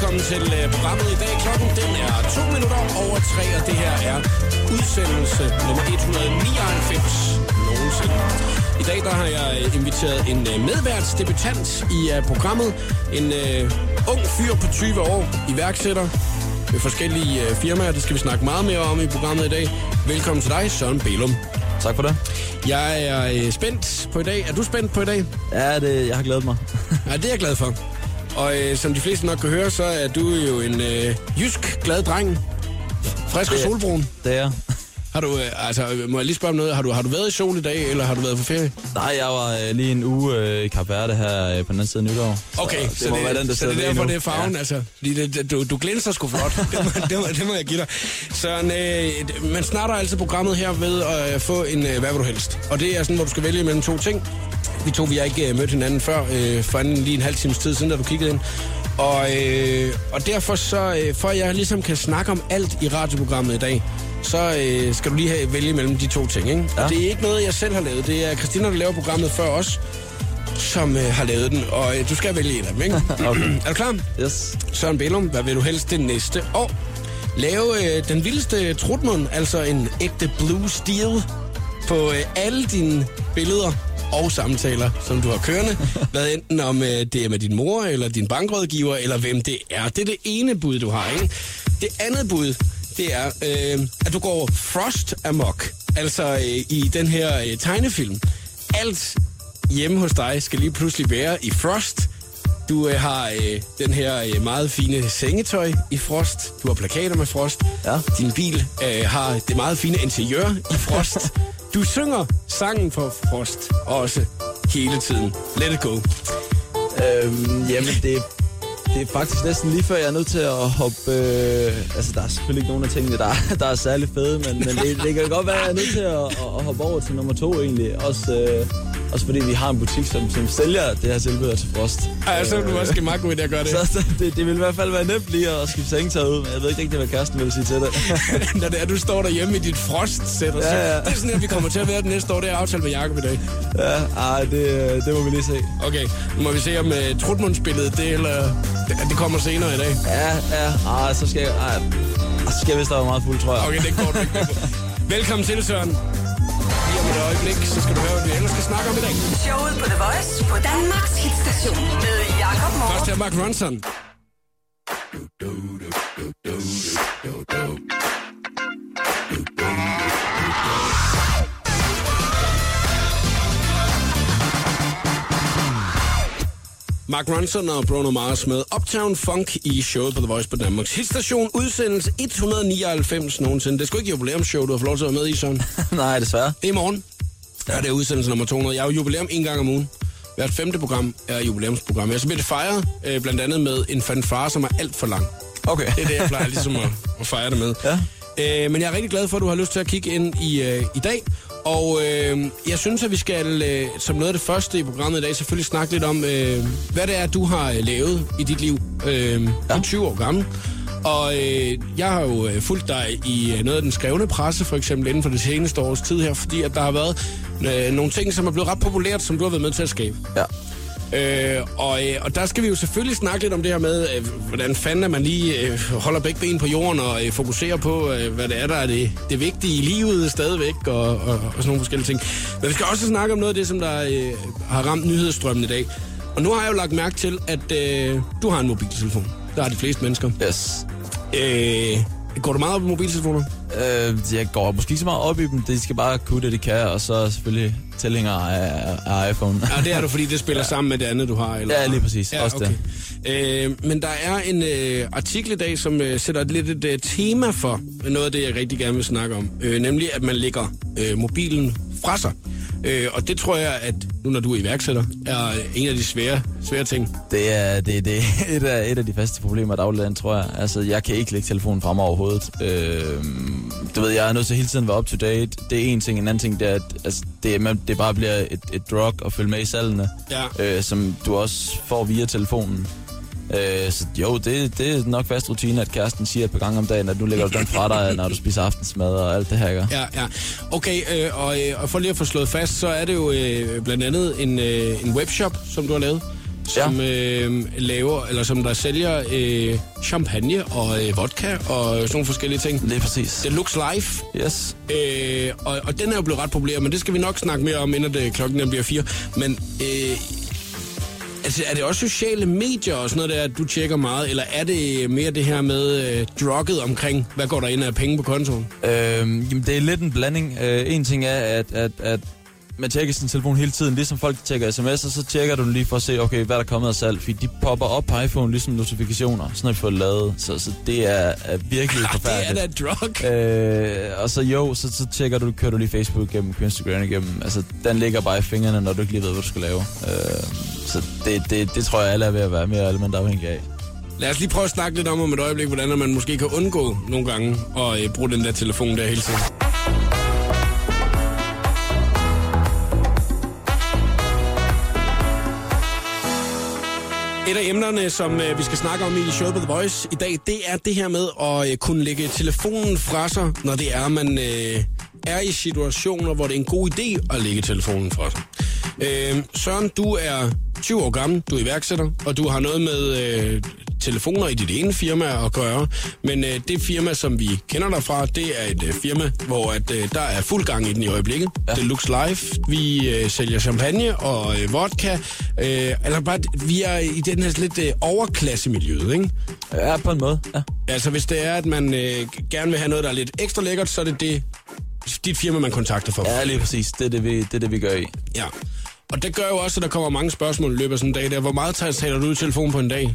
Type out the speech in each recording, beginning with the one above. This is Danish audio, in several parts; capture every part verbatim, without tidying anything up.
velkommen til uh, programmet i dag. Klokken den er to minutter over tre, og det her er udsendelse nummer et hundrede nioghalvfems nogensinde. I dag der har jeg inviteret en uh, medværtsdebutant i uh, programmet. En uh, ung fyr på tyve år, iværksætter med forskellige uh, firmaer. Det skal vi snakke meget mere om i programmet i dag. Velkommen til dig, Søren Bælum. Tak for det. Jeg er uh, spændt på i dag. Er du spændt på i dag? Ja, det, jeg har glædet mig. Ja, det er jeg glad for. Og øh, som de fleste nok kan høre, så er du jo en øh, jysk glad dreng. Frisk og solbrun. Det er Har du, øh, altså, må jeg lige spørge om noget? Har du, har du været i sol i dag, eller har du været på ferie? Nej, jeg var øh, lige en uge øh, i Kap Verde her øh, på den anden side af nytår. Okay, så, så, det, det, den, der så det er derfor, det er farven, ja. Altså. Det, du, du glinser sgu flot. det, må, det, må, det må jeg give dig. Så øh, man starter altså programmet her ved at øh, få en øh, hvad vil du helst. Og det er sådan, hvor du skal vælge mellem to ting. Vi to, vi har ikke mødt hinanden før, øh, for anden lige en halv times tid siden, da du kiggede ind. Og, øh, og derfor så, øh, for at jeg ligesom kan snakke om alt i radioprogrammet i dag, så øh, skal du lige have, vælge mellem de to ting, ikke? Ja. Og det er ikke noget, jeg selv har lavet. Det er Christina, der laver programmet før os, som øh, har lavet den. Og øh, du skal vælge en af dem, ikke? Okay. Er du klar? Yes. Søren Bælum, hvad vil du helst det næste år? Lave øh, den vildeste trutmund, altså en ægte blue steel, på øh, alle dine billeder og samtaler, som du har kørende. Hvad enten om øh, det er med din mor, eller din bankrådgiver, eller hvem det er. Det er det ene bud, du har, ikke? Det andet bud, det er, øh, at du går Frost amok. Altså øh, i den her øh, tegnefilm. Alt hjemme hos dig skal lige pludselig være i Frost. Du øh, har øh, den her øh, meget fine sengetøj i Frost. Du har plakater med Frost. Ja. Din bil øh, har det meget fine interiør i Frost. Du synger sangen for Frost også hele tiden. Let it go. Øhm, jamen, det, det er faktisk næsten lige før, jeg er nødt til at hoppe... Øh, altså, der er selvfølgelig ikke nogen af tingene, der, der er særlig fede, men, men det, det kan godt være, at jeg er nødt til at, at hoppe over til nummer to egentlig. Også, øh, også fordi vi har en butik, som, som sælger det her tilbud til Frost. Ej, så er du også meget god i det at gøre det. Så, så det, det vil i hvert fald være nemt lige at skifte sengetøj ud, men jeg ved ikke rigtig, hvad kæresten vil sige til det. Når det er, du står derhjemme i dit Frost-sæt, ja, ja. Det er sådan, at vi kommer til at være det næste år. Det er aftalt med Jacob i dag. Ja, ej, det, det må vi lige se. Okay, nu må vi se om uh, Trutmundsbilledet, det, eller, det, det kommer senere i dag. Ja, ja, ej, så skal jeg, ej, så skal jeg vist være meget fuld, tror jeg. Okay, det går det ikke. Velkommen til, Søren. Lige om et øjeblik, så skal du høre, hvad vi ellers skal snakke om i dag. Showet på The Voice på Danmarks hitstation med Jacob Morup. Først her Mark Ronson. Mark Ronson og Bruno Mars med Uptown Funk i showet på The Voice på Danmarks hitstation. Udsendelse et hundrede nioghalvfems nogensinde. Det er sgu ikke jubilæumsshow, du har fået lov til at være med i, Søren. Nej, desværre. Det er i morgen. Ja, det er udsendelse nummer to hundrede. Jeg har jo jubilæum en gang om ugen. Hvert femte program er jubilæumsprogram. Jeg så bliver det fejret, øh, blandt andet med en fanfare, som er alt for lang. Okay. Det er det, jeg plejer ligesom at, at fejre det med. Ja. Øh, men jeg er rigtig glad for, at du har lyst til at kigge ind i, øh, i dag. Og øh, jeg synes, at vi skal, øh, som noget af det første i programmet i dag, selvfølgelig snakke lidt om, øh, hvad det er, du har lavet i dit liv. Øh, ja. Du er tyve år gammel. Og øh, jeg har jo øh, fulgt dig i øh, noget af den skrevne presse, for eksempel inden for det seneste års tid her, fordi at der har været øh, nogle ting, som er blevet ret populært, som du har været med til at skabe. Ja. Øh, og, øh, og der skal vi jo selvfølgelig snakke lidt om det her med, øh, hvordan fanden at man lige øh, holder begge ben på jorden og øh, fokuserer på, øh, hvad det er, der er det, det vigtige i livet stadigvæk, og, og, og sådan nogle forskellige ting. Men vi skal også snakke om noget af det, som der øh, har ramt nyhedsstrømmen i dag. Og nu har jeg jo lagt mærke til, at øh, du har en mobiltelefon. Der har de fleste mennesker. Yes. Øh, går du meget op i mobiltelefoner? Øh, jeg går måske ikke så meget op i dem. De skal bare kunne det, de kan, og så selvfølgelig tilhænger af, af iPhone. Ja, det er du, fordi det spiller ja. sammen med det andet, du har? Eller? Ja, lige præcis. Ja, også okay. det. Øh, men der er en øh, artikel i dag, som øh, sætter lidt et øh, tema for noget af det, jeg rigtig gerne vil snakke om. Øh, nemlig, at man lægger øh, mobilen fra sig. Øh, og det tror jeg, at nu når du er iværksætter, er en af de svære, svære ting. Det er, det, det er et, af, et af de faste problemer i dagligdagen, tror jeg. Altså, jeg kan ikke lægge telefonen frem overhovedet. Øh, du ved, jeg er nødt til hele tiden at være up to date. Det er en ting. En anden ting, det er, at altså, det, man, det bare bliver et, et drug at følge med i salgene, ja. øh, som du også får via telefonen. Øh, så jo, det, det er nok fast rutine, at kæresten siger et par gange om dagen, at nu lægger du den fra dig, når du spiser aftensmad og alt det her, ikke? Ja, ja. Okay, øh, og, øh, og for lige at få slået fast, så er det jo øh, blandt andet en, øh, en webshop, som du har lavet. som ja. øh, laver, eller som der sælger øh, champagne og øh, vodka og sådan nogle forskellige ting. Det er præcis. Deluxe Life. Yes. Øh, og, og den er jo blevet ret populær, men det skal vi nok snakke mere om, inden det, klokken bliver fire. Men øh, altså, er det også sociale medier og sådan noget der, at du tjekker meget, eller er det mere det her med øh, drugget omkring, hvad går der ind af penge på kontoen? Øh, jamen, det er lidt en blanding. Øh, en ting er, at, at, at man tjekker sin telefon hele tiden, ligesom folk tjekker sms'er, så tjekker du den lige for at se, okay, hvad der er kommet af salg, fordi de popper op på iPhone ligesom notifikationer, sådan har vi fået lavet, så, så det er, er virkelig forfærdeligt. Det er da et drug. Øh, og så jo, så, så tjekker du, kører du lige Facebook igennem, kører Instagram igennem, altså den ligger bare i fingrene, når du ikke lige ved, hvad du skal lave. Øh, så det, det, det tror jeg alle er ved at være mere element afhængig af. Lad os lige prøve at snakke lidt om om et øjeblik, hvordan man måske kan undgå nogle gange at øh, bruge den der telefon der hele tiden. Et af emnerne, som øh, vi skal snakke om i showet på The Voice i dag, det er det her med at øh, kunne lægge telefonen fra sig, når det er, man øh, er i situationer, hvor det er en god idé at lægge telefonen fra sig. Øh, Søren, du er tyve år gammel, du er iværksætter, og du har noget med øh, telefoner i dit ene firma at gøre. Men øh, det firma, som vi kender dig fra, det er et øh, firma, hvor at, øh, der er fuld gang i den i øjeblikket. Ja. Deluxe Life. Vi øh, sælger champagne og øh, vodka. Øh, altså bare, vi er i den her lidt øh, overklassemiljøet, ikke? Ja, på en måde, ja. Altså hvis det er, at man øh, gerne vil have noget, der er lidt ekstra lækkert, så er det det, dit firma, man kontakter for. Ja, lige præcis. Det er det, vi, det, er det, vi gør i. Ja. Og det gør jo også, at der kommer mange spørgsmål i løbet af sådan en dag der. Hvor meget taler du i telefon på en dag?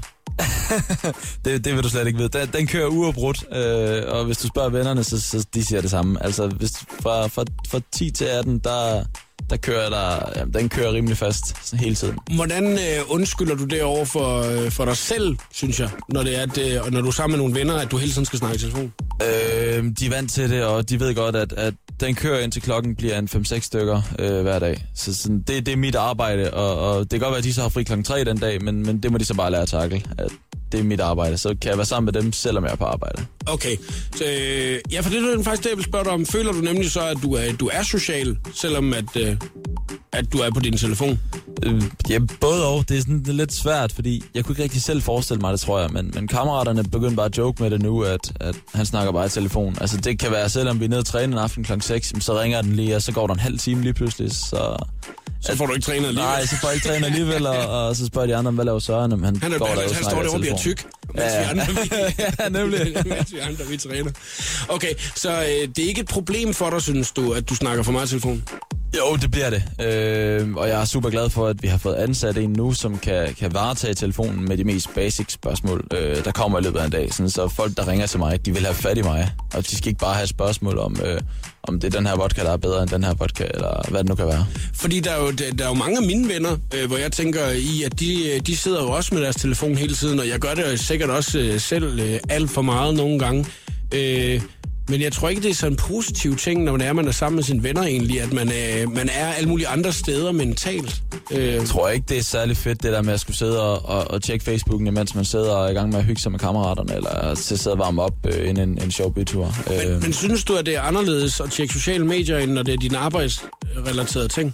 det, det vil du slet ikke vide. Den, den kører uafbrudt, øh, og hvis du spørger vennerne, så, så de siger det samme. Altså, hvis fra, fra, fra ti til atten, der, der kører der, jamen, den kører rimelig fast hele tiden. Hvordan øh, undskylder du det over for, øh, for dig selv, synes jeg, når det er, at, øh, når du er sammen med nogle venner, at du hele tiden skal snakke i telefon? Øh, de er vant til det, og de ved godt, at, at den kører indtil klokken bliver en fem seks stykker øh, hver dag. Så sådan, det, det er mit arbejde, og, og det kan godt være, at de så har fri klokken tre den dag, men, men det må de så bare lære at takle. At det er mit arbejde, så kan jeg være sammen med dem, selvom jeg er på arbejde. Okay. Så, øh, ja, for det er faktisk det, jeg vil spørge dig om. Føler du nemlig så, at du er, du er social, selvom at, øh, at du er på din telefon? Øh, ja, både og. Det er sådan det er lidt svært, fordi jeg kunne ikke rigtig selv forestille mig det, tror jeg. Men, men kammeraterne begynder bare at joke med det nu, at, at han snakker bare i telefon. Altså det kan være, selvom vi er nede og træne en aften klokken seks, så ringer den lige, og så går der en halv time lige pludselig, så... Så får du ikke trænet alligevel? Nej, så får jeg ikke trænet alligevel, og, og så spørger de andre, hvad laver Søren? Han, han, er, går han, der han står derovre og bliver tyk, mens ja, vi andre, vi, ja, nemlig. mens vi andre, vi træner. Okay, så øh, det er ikke et problem for dig, synes du, at du snakker for meget i telefon? Jo, det bliver det. Øh, og jeg er super glad for, at vi har fået ansat en nu, som kan, kan varetage telefonen med de mest basic spørgsmål, øh, der kommer i løbet af en dag. Sådan, så folk, der ringer til mig, de vil have fat i mig. Og de skal ikke bare have spørgsmål om, øh, om det er den her vodka, der er bedre end den her vodka, eller hvad det nu kan være. Fordi der er jo, der, der er jo mange af mine venner, øh, hvor jeg tænker i, at de, de sidder jo også med deres telefon hele tiden, og jeg gør det sikkert også øh, selv øh, alt for meget nogle gange. Øh, Men jeg tror ikke, det er sådan en positiv ting, når man er, man er sammen med sine venner egentlig, at man er, man er alle mulige andre steder mentalt. Øh. Jeg tror ikke, det er særlig fedt, det der med at skulle sidde og, og, og tjekke Facebooken, mens man sidder og er i gang med at hygge sig med kammeraterne, eller til sidde og varme op øh, inden en, en sjov bytur. Men, øh. men synes du, at det er anderledes at tjekke sociale medier, end når det er dine arbejdsrelaterede ting?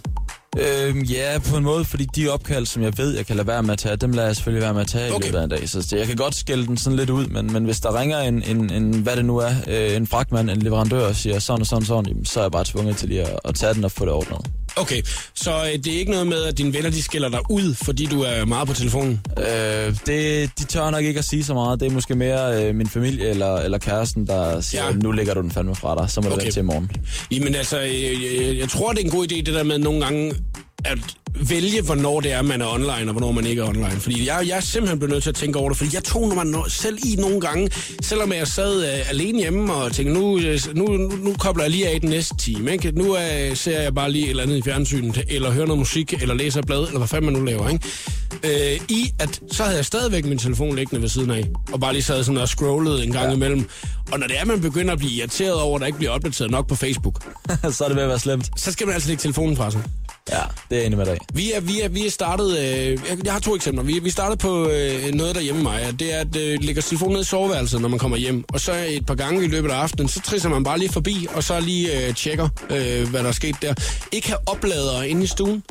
Øh, ja, på en måde, fordi de opkald, som jeg ved, jeg kan lade være med at tage, dem lader jeg selvfølgelig være med at tage okay. i løbet af en dag. Så jeg kan godt skælde den sådan lidt ud, men, men hvis der ringer en, en, en, hvad det nu er, øh, en fragtmand, en leverandør og siger sådan og sådan og sådan, så er jeg bare tvunget til lige at, at tage den og få det ordnet. Okay, så øh, det er ikke noget med, at dine venner, de skælder dig ud, fordi du er meget på telefonen? Øh, det, de tør nok ikke at sige så meget. Det er måske mere øh, min familie eller, eller kæresten, der siger, ja. Nu lægger du den fandme fra dig, så må okay. du vente til i morgen. Jamen altså, jeg, jeg, jeg tror, det er en god idé, det der med nogle gange at vælge, hvornår det er, man er online, og hvornår man ikke er online. Fordi jeg, jeg er simpelthen blevet nødt til at tænke over det, fordi jeg tog mig selv i nogle gange, selvom jeg sad uh, alene hjemme og tænkte, nu, nu, nu, nu kobler jeg lige af den næste time. Ikke? Nu uh, ser jeg bare lige et eller andet i fjernsynet, eller hører noget musik, eller læser et blad, eller hvad fanden man nu laver. Ikke? Uh, I at så havde jeg stadigvæk min telefon liggende ved siden af, og bare lige sad sådan og scrollede en gang ja. imellem. Og når det er, man begynder at blive irriteret over, at der ikke bliver opdateret nok på Facebook, så er det ved at være slemt. Så skal man altså lægge telefonen fra sig. Ja, det er jeg enig med dig. Vi er, vi er, vi er startet, øh, jeg har to eksempler. Vi, vi startede på øh, noget derhjemme med mig. Det er at øh, lægge telefonen ned i soveværelset, når man kommer hjem. Og så et par gange i løbet af aftenen, så trisser man bare lige forbi, og så lige øh, tjekker, øh, hvad der er sket der. Ikke have opladere inde i stuen.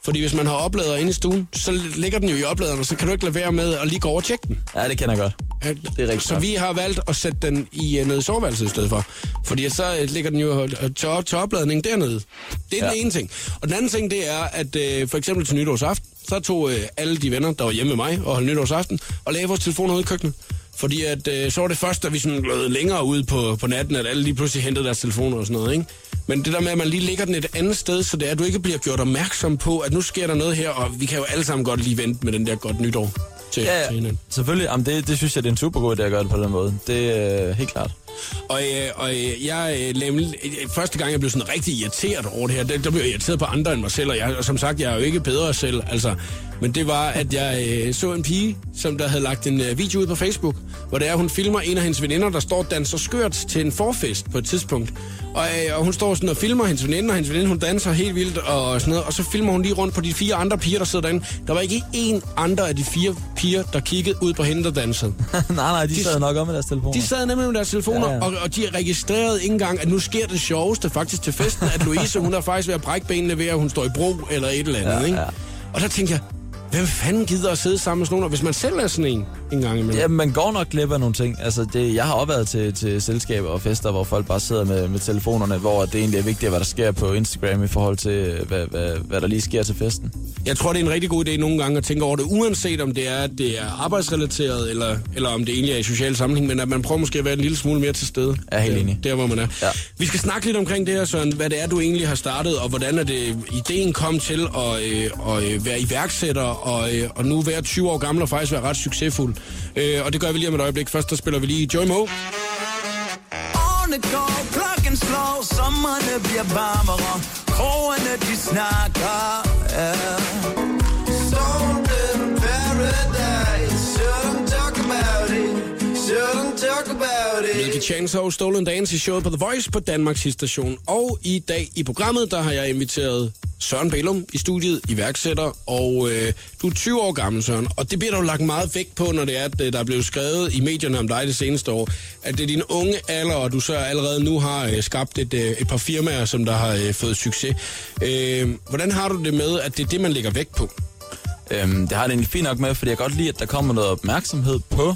Fordi hvis man har oplader inde i stuen, så ligger den jo i opladeren, og så kan du ikke lade være med at lige gå over og tjekke den. Ja, det kender jeg godt. Ja, det er rigtigt. Så vi har valgt at sætte den i nede i soveværelset i stedet for. Fordi så ligger den jo til, til opladning dernede. Det er ja. den ene ting. Og den anden ting, det er, at øh, for eksempel til nytårsaften, så tog øh, alle de venner, der var hjemme med mig og holdt nytårsaften, og lagde vores telefoner ud i køkkenet. Fordi at, øh, så var det først, da vi sådan lød længere ud på, på natten, at alle lige pludselig hentede deres telefoner og sådan noget, ikke? Men det der med, at man lige lægger den et andet sted, så det er, at du ikke bliver gjort opmærksom på, at nu sker der noget her, og vi kan jo alle sammen godt lige vente med den der godt nytår til, ja, ja. til hinanden. Selvfølgelig. Jamen, det, det synes jeg, det er en super god idé at gøre det på den måde. Det er øh, helt klart. Og, øh, og øh, jeg øh, lavede, øh, første gang, jeg blev sådan rigtig irriteret over det her, der, der blev jeg irriteret på andre end mig selv, og, jeg, og som sagt, jeg er jo ikke bedre selv, altså. Men det var, at jeg øh, så en pige, som der havde lagt en øh, video ud på Facebook, hvor det er, hun filmer en af hendes veninder, der står og danser skørt til en forfest på et tidspunkt. Og, øh, og hun står sådan og filmer hendes veninde, og hendes veninde, hun danser helt vildt og sådan noget. Og så filmer hun lige rundt på de fire andre piger, der sidder derinde. Der var ikke én andre af de fire piger, der kiggede ud på hende, der dansede. nej, nej, de, de sad nok om med deres telefoner. De sad nemlig med deres telefoner, ja, ja. Og, og de registrerede ikke engang, at nu sker det sjoveste faktisk til festen, at Louise, hun er faktisk ved at brække benene ved, at hun står i bro eller et eller andet, ja, ikke? Ja. Og der tænker jeg, hvem fanden gider at sidde sammen med sådan nogen, hvis man selv er sådan en en gang imellem? Ja, man går nok glip af nogle ting. Altså, det, jeg har også været til, til selskaber og fester, hvor folk bare sidder med, med telefonerne, hvor det egentlig er vigtigt, hvad der sker på Instagram i forhold til, hvad, hvad, hvad der lige sker til festen. Jeg tror, det er en rigtig god idé nogle gange at tænke over det, uanset om det er, at det er arbejdsrelateret, eller, eller om det egentlig er i social sammenhæng, men at man prøver måske at være en lille smule mere til stede. Jeg er helt enig. Der, hvor man er. Ja. Vi skal snakke lidt omkring det her, Søren. Hvad det er, du egentlig har startet, og hvordan er det, ideen kom til at, øh, at være iværksætter, og, øh, og nu være tyve år gammel og faktisk være ret succesfuld. Øh, og det gør vi lige om et øjeblik. Først der spiller vi lige Joey Moe. Årene går, klokken slår, sommerne bliver varmere, krogene de snakker, ja. Stolen paradise, shouldn't talk about it, shouldn't talk about it. Milky Chance og Stolen Dance i showet på The Voice på Danmarks Hitstation. Og i dag i programmet, der har jeg inviteret Søren Bælum i studiet, iværksætter, og øh, du er tyve år gammel, Søren, og det bliver der jo lagt meget vægt på, når det er, at der er blevet skrevet i medierne om dig det seneste år, at det er din unge alder, og du så allerede nu har øh, skabt et, øh, et par firmaer, som der har øh, fået succes. Øh, hvordan har du det med, at det er det, man lægger vægt på? Øhm, det har det egentlig fint nok med, fordi jeg godt lide, at der kommer noget opmærksomhed på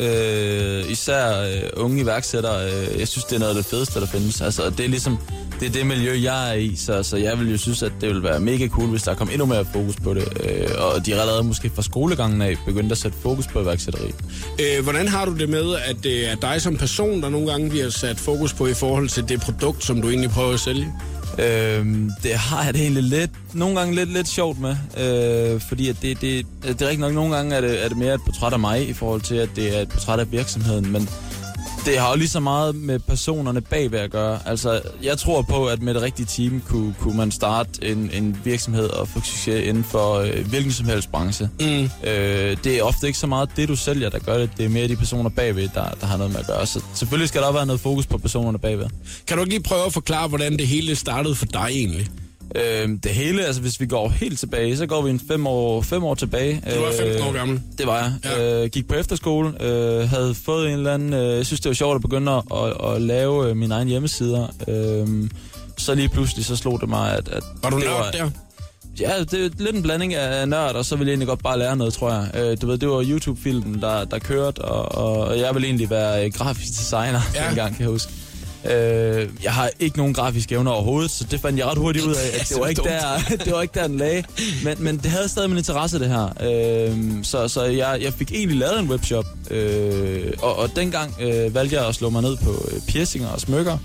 Øh, især øh, unge iværksættere. øh, Jeg synes, det er noget af det fedeste, der findes. Altså, det er ligesom det, er det miljø, jeg er i. Så, så jeg vil jo synes, at det ville være mega cool, hvis der kom endnu mere fokus på det. øh, Og de allerede måske fra skolegangen af begyndte at sætte fokus på iværksætteri. øh, Hvordan har du det med, at det er dig som person, der nogle gange bliver sat fokus på i forhold til det produkt, som du egentlig prøver at sælge? Øhm, det har jeg det egentlig lidt, nogle gange lidt, lidt sjovt med, øh, fordi at det, det, det er rigtig nok, nogle gange er det, er det mere et portræt af mig, i forhold til, at det er et portræt af virksomheden, men det har jo lige så meget med personerne bagved at gøre. Altså, jeg tror på, at med det rigtige team kunne, kunne man starte en, en virksomhed og få succes inden for øh, hvilken som helst branche. Mm. Øh, det er ofte ikke så meget det, du sælger, der gør det. Det er mere de personer bagved, der, der har noget med at gøre. Så selvfølgelig skal der være noget fokus på personerne bagved. Kan du ikke lige prøve at forklare, hvordan det hele startede for dig egentlig? Øh, det hele, altså hvis vi går helt tilbage, så går vi en fem år, fem år tilbage. Du var femten år gammel. Det var jeg. Ja. Øh, gik på efterskole, øh, havde fået en eller anden, øh, jeg synes det var sjovt at begynde at, at, at lave øh, mine egne hjemmesider. Øh, så lige pludselig så slog det mig, at... at var du det nørd var, der? Ja, det er lidt en blanding af nørd, og så ville jeg egentlig godt bare lære noget, tror jeg. Øh, du ved, det var YouTube-filmen, der, der kørte, og, og jeg ville egentlig være grafisk designer ja. dengang, kan jeg huske. Øh, jeg har ikke nogen grafiske evner overhovedet, så det fandt jeg ret hurtigt ud af, at det var ikke der, det var ikke der den lagde. Men, men det havde stadig min interesse, det her. Øh, så så jeg, jeg fik egentlig lavet en webshop, øh, og, og dengang øh, valgte jeg at slå mig ned på øh, piercinger og smykker.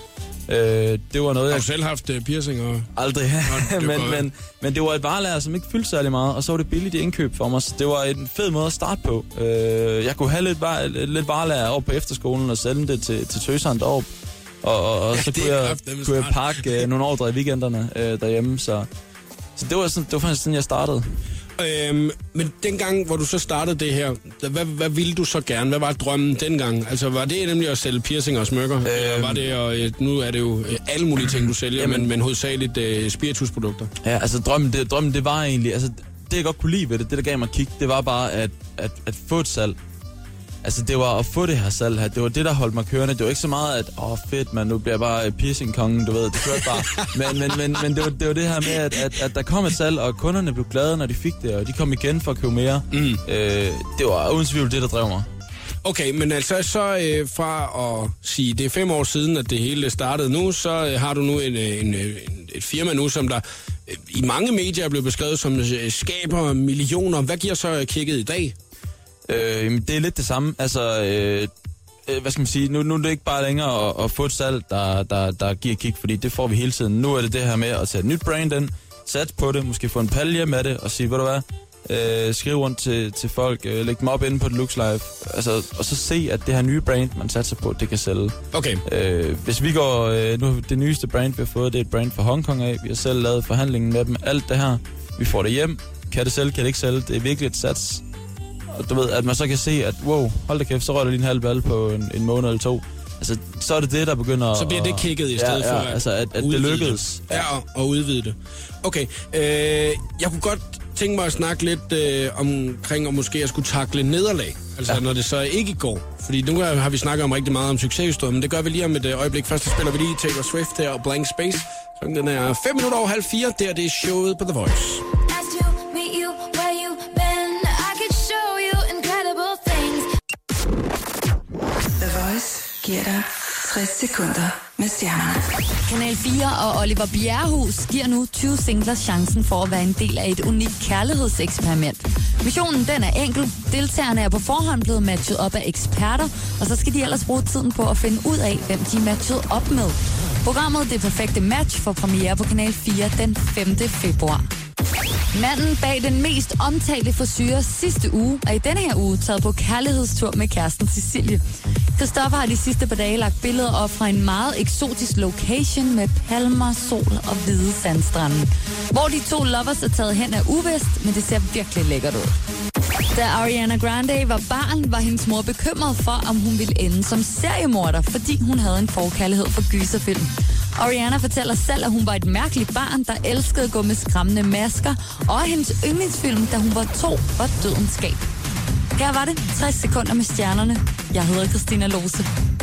Øh, det var noget, har du jeg... selv haft uh, piercinger? Aldrig, men, men, men det var et varelager, som ikke fyldte særlig meget, og så var det billigt i indkøb for mig, så det var en fed måde at starte på. Øh, jeg kunne have lidt, var, lidt varelager over på efterskolen og sælge det til, til tøseren deroppe, og, og, og ja, så kunne jeg, kunne jeg pakke øh, nogle ordre i weekenderne øh, derhjemme, så, så det var, sådan, det var faktisk sådan, jeg startede. Øhm, men dengang, hvor du så startede det her, hvad, hvad ville du så gerne? Hvad var drømmen dengang? Altså, var det nemlig at sælge piercinger og smykker? Øhm, Eller var det, og nu er det jo alle mulige ting, du sælger, jamen, men, men hovedsageligt uh, spiritusprodukter? Ja, altså drømmen det, drømmen, det var egentlig, altså det jeg godt kunne lide ved det, det der gav mig kick, det var bare at, at, at få et salg. Altså, det var at få det her salg her. Det var det, der holdt mig kørende. Det var ikke så meget, at åh, fedt, man, nu bliver jeg bare piercing-kongen, du ved. Det kørte bare. Men, men, men, men det, var, det var det her med, at, at, at der kom et salg, og kunderne blev glade, når de fik det, og de kom igen for at købe mere. Mm. Øh, det var uden tvivl det, der drev mig. Okay, men altså så øh, fra at sige, det er fem år siden, at det hele startede nu, så øh, har du nu en, en, en, et firma nu, som der øh, i mange medier er blevet beskrevet som øh, skaber millioner. Hvad giver så kicket i dag? Øh, det er lidt det samme. Altså, øh, øh, hvad skal man sige, nu, nu er det ikke bare længere at, at få et salg, der, der, der giver kick, fordi det får vi hele tiden. Nu er det det her med at tage et nyt brand ind, sats på det, måske få en palje med det, og sige, ved du hvad, øh, skrive rundt til, til folk, øh, lægge dem op inde på Deluxe Live, altså, og så se, at det her nye brand, man satser på, det kan sælge. Okay. Øh, hvis vi går, øh, nu det nyeste brand, vi har fået, det er et brand fra Hongkong af, vi har selv lavet forhandlingen med dem, alt det her, vi får det hjem, kan det sælge, kan det ikke sælge, det er virkelig et sats. Og du ved, at man så kan se, at wow, hold da kæft, så rører der lige en halv ball på en, en måned eller to. Altså, så er det det, der begynder. Så bliver det kicket i stedet ja, ja, for at, altså, at, at det lykkedes. Det. Ja, og, og udvide det. Okay, øh, jeg kunne godt tænke mig at snakke lidt øh, omkring, om måske jeg skulle takle nederlag. Altså, ja. Når det så ikke går. Fordi nu har vi snakket om rigtig meget om succeshistorier, men det gør vi lige om et øh, øjeblik. Først spiller vi lige Taylor Swift her og Blank Space. Så den er fem minutter over halv fire. Der det er showet på The Voice. Giver dig tres sekunder med stjernerne. Kanal fire og Oliver Bjerrehuus giver nu tyve singler chancen for at være en del af et unikt kærlighedseksperiment. Missionen den er enkel. Deltagerne er på forhånd blevet matchet op af eksperter, og så skal de ellers bruge tiden på at finde ud af, hvem de er matchet op med. Programmet Det Perfekte Match får premiere på Kanal fire den femte februar. Manden bag den mest omtalte frisyre sidste uge er i denne her uge taget på kærlighedstur med kæresten Cecilie. Christoffer har de sidste par dage lagt billeder op fra en meget eksotisk location med palmer, sol og hvide sandstrande. Hvor de to lovers er taget hen er uvist, men det ser virkelig lækkert ud. Da Ariana Grande var barn, var hendes mor bekymret for, om hun ville ende som seriemorder, fordi hun havde en forkærlighed for gyserfilm. Ariana fortæller selv, at hun var et mærkeligt barn, der elskede at gå med skræmmende masker, og hendes yndlingsfilm, da hun var to, var Dødens Skab. Her var det tres sekunder med stjernerne. Jeg hedder Christina Lose.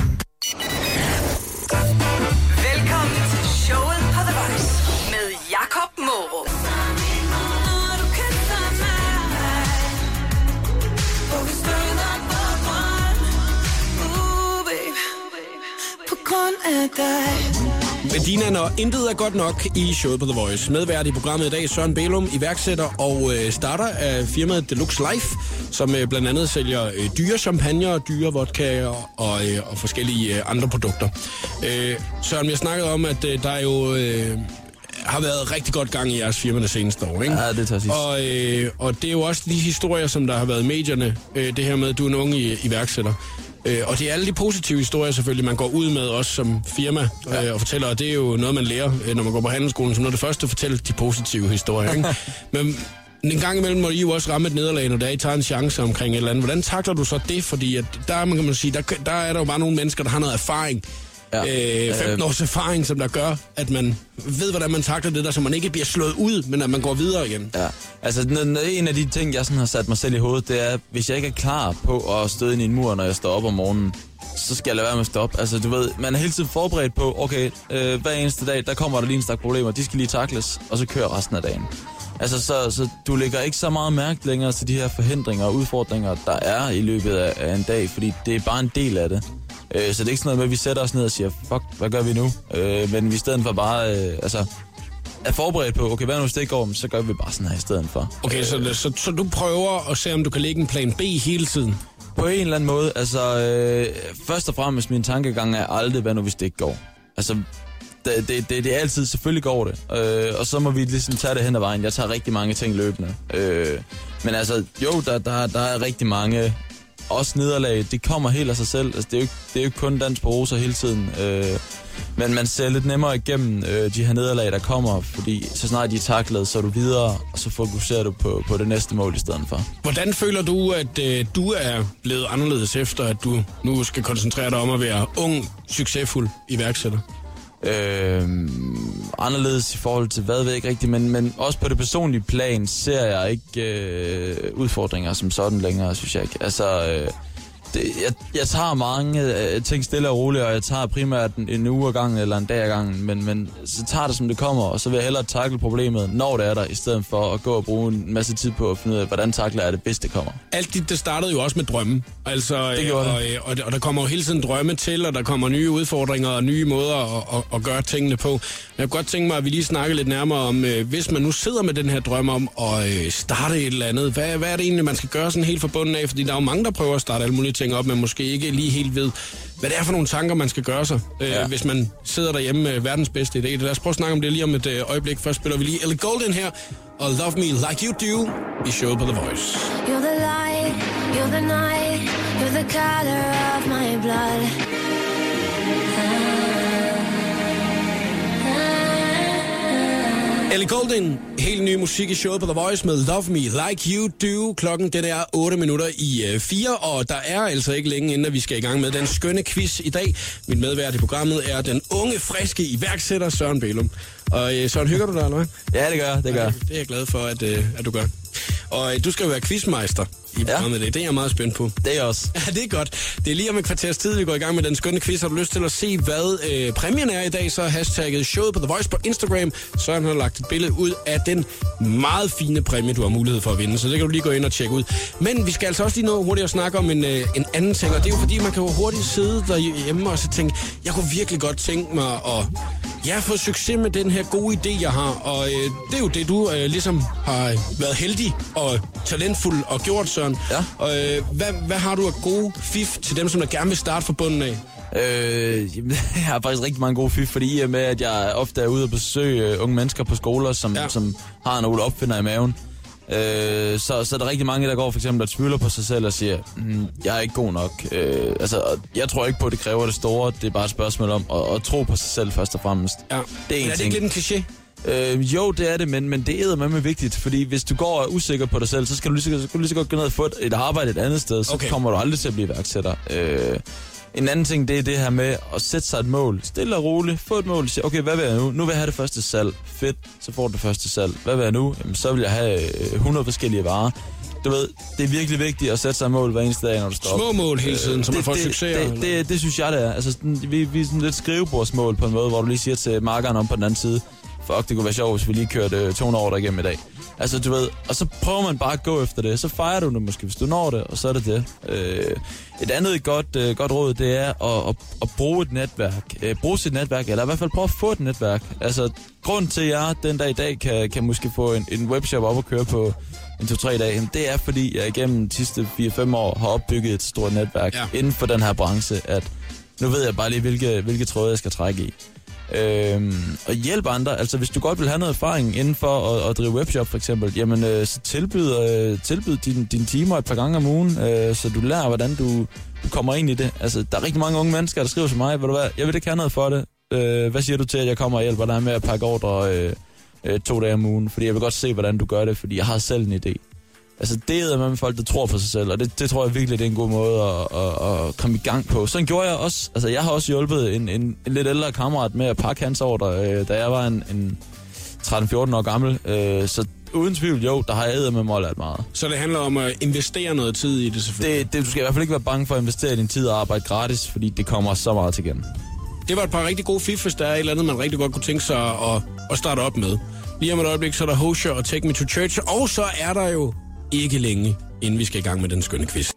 Velkommen til showet på The Voice med Jakob Morup. På grund af dig. Medina, når intet er godt nok i showet på The Voice. Medvært i programmet i dag, Søren Bælum, iværksætter og øh, starter af firmaet Deluxe Life, som øh, blandt andet sælger øh, dyre champagne, dyre vodka og, øh, og forskellige øh, andre produkter. Øh, Søren, vi har snakket om, at øh, der jo øh, har været rigtig godt gang i jeres firma det seneste år, ikke? Ja, det tager sidst. Og, øh, og det er jo også de historier, som der har været i medierne, øh, det her med, at du er en ung iværksætter. Øh, og det er alle de positive historier selvfølgelig, man går ud med også som firma ja. øh, og fortæller, og det er jo noget, man lærer, øh, når man går på handelsskolen, som noget af det første at fortælle de positive historier. Ikke? Men en gang imellem må I jo også ramme et nederlag, når der I tager en chance omkring et eller andet. Hvordan takler du så det? Fordi at der, man kan man sige, der, der er der jo bare nogle mennesker, der har noget erfaring. Ja. Øh, femten års erfaring, som der gør, at man ved, hvordan man takler det der, så man ikke bliver slået ud, men at man går videre igen. Ja, altså en af de ting, jeg sådan har sat mig selv i hovedet, det er, hvis jeg ikke er klar på at støde ind i en mur, når jeg står op om morgenen, så skal jeg lade være med at stoppe. Altså du ved, man er hele tiden forberedt på, okay, øh, hver eneste dag, der kommer der lige en stak problemer, de skal lige takles, og så kører resten af dagen. Altså, så, så du lægger ikke så meget mærke længere til de her forhindringer og udfordringer, der er i løbet af, af en dag, fordi det er bare en del af det. Øh, så det er ikke sådan noget med, at vi sætter os ned og siger, fuck, hvad gør vi nu? Øh, men vi i stedet for bare, øh, altså, er forberedt på, okay, hvad nu hvis det ikke går, så gør vi bare sådan her i stedet for. Okay, så, så, så du prøver at se, om du kan lægge en plan B hele tiden? På en eller anden måde, altså, øh, først og fremmest min tankegang er aldrig, hvad nu hvis det ikke går? Altså, det, det, det, det er altid, selvfølgelig går det, øh, og så må vi ligesom tage det hen ad vejen. Jeg tager rigtig mange ting løbende. Øh, men altså, jo, der, der, der er rigtig mange, også nederlag, det kommer helt af sig selv. Altså, det er jo ikke, det er jo ikke kun dans på roser hele tiden. Øh, men man ser lidt nemmere igennem øh, de her nederlag, der kommer, fordi så snart de er taklet, så er du videre, og så fokuserer du på, på det næste mål i stedet for. Hvordan føler du, at øh, du er blevet anderledes efter, at du nu skal koncentrere dig om at være ung, succesfuld iværksætter? Øh, anderledes i forhold til hvad, ved jeg ikke rigtigt, men, men også på det personlige plan ser jeg ikke øh, udfordringer som sådan længere, synes jeg ikke. Altså, øh, Det, jeg, jeg tager mange øh, ting stille og roligt, og jeg tager primært en, en uge ad gangen eller en dag ad gangen, men, men så tager det, som det kommer, og så vil jeg hellere tackle problemet, når det er der, i stedet for at gå og bruge en masse tid på at finde ud af, hvordan tackler jeg det, hvis det kommer. Alt det, det startede jo også med drømme. Altså, det gjorde og, det. og, og der kommer jo hele tiden drømme til, og der kommer nye udfordringer og nye måder at, at, at gøre tingene på. Jeg kunne godt tænke mig, at vi lige snakker lidt nærmere om, øh, hvis man nu sidder med den her drøm om at øh, starte et eller andet, hvad, hvad er det egentlig, man skal gøre sådan helt fra bunden af? Fordi der er jo mange, der prøver at starte alle mulige ting op, men måske ikke lige helt ved, hvad det er for nogle tanker, man skal gøre sig, øh, ja. hvis man sidder derhjemme med verdens bedste idé. Lad os prøve at snakke om det lige om et øh, øjeblik. Først spiller vi lige Ellie Goulding her, og Love Me Like You Do i showet på The Voice. You're the light, you're the night, you're the color of my blood. Ellie Goulding, helt ny musik i showet på The Voice med Love Me Like You Do. Klokken den er otte minutter i øh, fire, og der er altså ikke længe inden, at vi skal i gang med den skønne quiz i dag. Mit medvært i programmet er den unge, friske iværksætter Søren Bælum. Og øh, Søren, hygger du dig, eller hvad? Ja, det gør jeg, det gør jeg. Det er jeg glad for, at, øh, at du gør. Og øh, du skal jo være quizmeister i programmet i dag. Det er jeg meget spændt på. Det er jeg også. Ja, det er godt. Det er lige om et kvarters tid, vi går i gang med den skønne quiz. Har du lyst til at se, hvad øh, præmien er i dag, så er hashtagget showet på The Voice på Instagram. Søren har lagt et billede ud af den meget fine præmie, du har mulighed for at vinde. Så det kan du lige gå ind og tjekke ud. Men vi skal altså også lige nå hurtigt at snakke om en, øh, en anden ting. Og det er jo fordi, man kan jo hurtigt sidde derhjemme og så tænke, jeg kunne virkelig godt tænke mig at ja, få succes med den her gode idé, jeg har. Og øh, det er jo det, du øh, ligesom har været heldig og talentfuld og gjort, Søren. Ja. Og øh, hvad, hvad har du af gode fif til dem, som der gerne vil starte fra bunden af? Øh, jeg har faktisk rigtig mange gode fif, fordi i og med, at jeg ofte er ude og besøge uh, unge mennesker på skoler, som, ja. som har nogle opfinder i maven. Øh, så, så er der rigtig mange, der går for eksempel, der tvivler på sig selv og siger, hm, jeg er ikke god nok. Øh, altså, jeg tror ikke på, at det kræver det store. Det er bare et spørgsmål om at, at tro på sig selv først og fremmest. Ja. Det er en er det ting. ikke lidt en kliché? Øh, jo, det er det, men, men det er eddermame vigtigt, fordi hvis du går og er usikker på dig selv, så skal du lige så, så, skal du lige så godt gå ned og få et, et arbejde et andet sted, så okay. kommer du aldrig til at blive iværksætter. Øh, en anden ting, det er det her med at sætte sig et mål. Stille og roligt, få et mål. Sige, okay, hvad vil jeg nu? Nu vil jeg have det første salg. Fedt, så får du det første salg. Hvad vil jeg nu? Jamen, så vil jeg have hundrede forskellige varer. Du ved, det er virkelig vigtigt at sætte sig et mål hver eneste dag, når du står op. Små mål hele tiden, så man det, får det, succes. Det, det, det, det synes jeg, det er. Altså, vi, vi er sådan lidt skrivebordsmål på en måde, hvor du lige siger til markeren om på den anden side, fuck, det kunne være sjovt, hvis vi lige kørte to år der igennem i dag. Altså, du ved, og så prøver man bare at gå efter det. Så fejrer du det måske, hvis du når det, og så er det det. Øh, et andet godt, øh, godt råd, det er at, at, at bruge et netværk. Øh, bruge sit netværk, eller i hvert fald prøve at få et netværk. Altså, grund til, at jeg den dag i dag kan, kan måske få en, en webshop op og køre på en to-tre dage, det er, fordi jeg igennem de sidste fire-fem år har opbygget et stort netværk ja. inden for den her branche, at nu ved jeg bare lige, hvilke, hvilke tråde jeg skal trække i. Øhm, og hjælp andre. Altså hvis du godt vil have noget erfaring inden for at, at drive webshop for eksempel, jamen øh, så tilbyd, øh, tilbyd dine din timer et par gange om ugen, øh, så du lærer, hvordan du, du kommer ind i det. Altså der er rigtig mange unge mennesker, der skriver til mig, ved du hvad, jeg vil ikke have noget for det. Øh, hvad siger du til, at jeg kommer og hjælper dig med at pakke ordre øh, øh, to dage om ugen? Fordi jeg vil godt se, hvordan du gør det, fordi jeg har selv en idé. Altså det er med folk, der tror på sig selv, og det, det tror jeg virkelig, det er en god måde at, at, at komme i gang på. Sådan gjorde jeg også. Altså jeg har også hjulpet en, en, en lidt ældre kammerat med at pakke hans ordre, øh, da jeg var en, en tretten-fjorten år gammel. Øh, så uden tvivl, jo, der har jeg æder med mig lært meget. Så det handler om at investere noget tid i det selvfølgelig? Det, det, du skal i hvert fald ikke være bange for at investere i din tid og arbejde gratis, fordi det kommer så meget til igen. Det var et par rigtig gode fif, hvis der er et eller andet, man rigtig godt kunne tænke sig at, at starte op med. Lige om et øjeblik, så er der Hosier og Take Me to Church, og så er der jo ikke længe, inden vi skal i gang med den skønne quiz.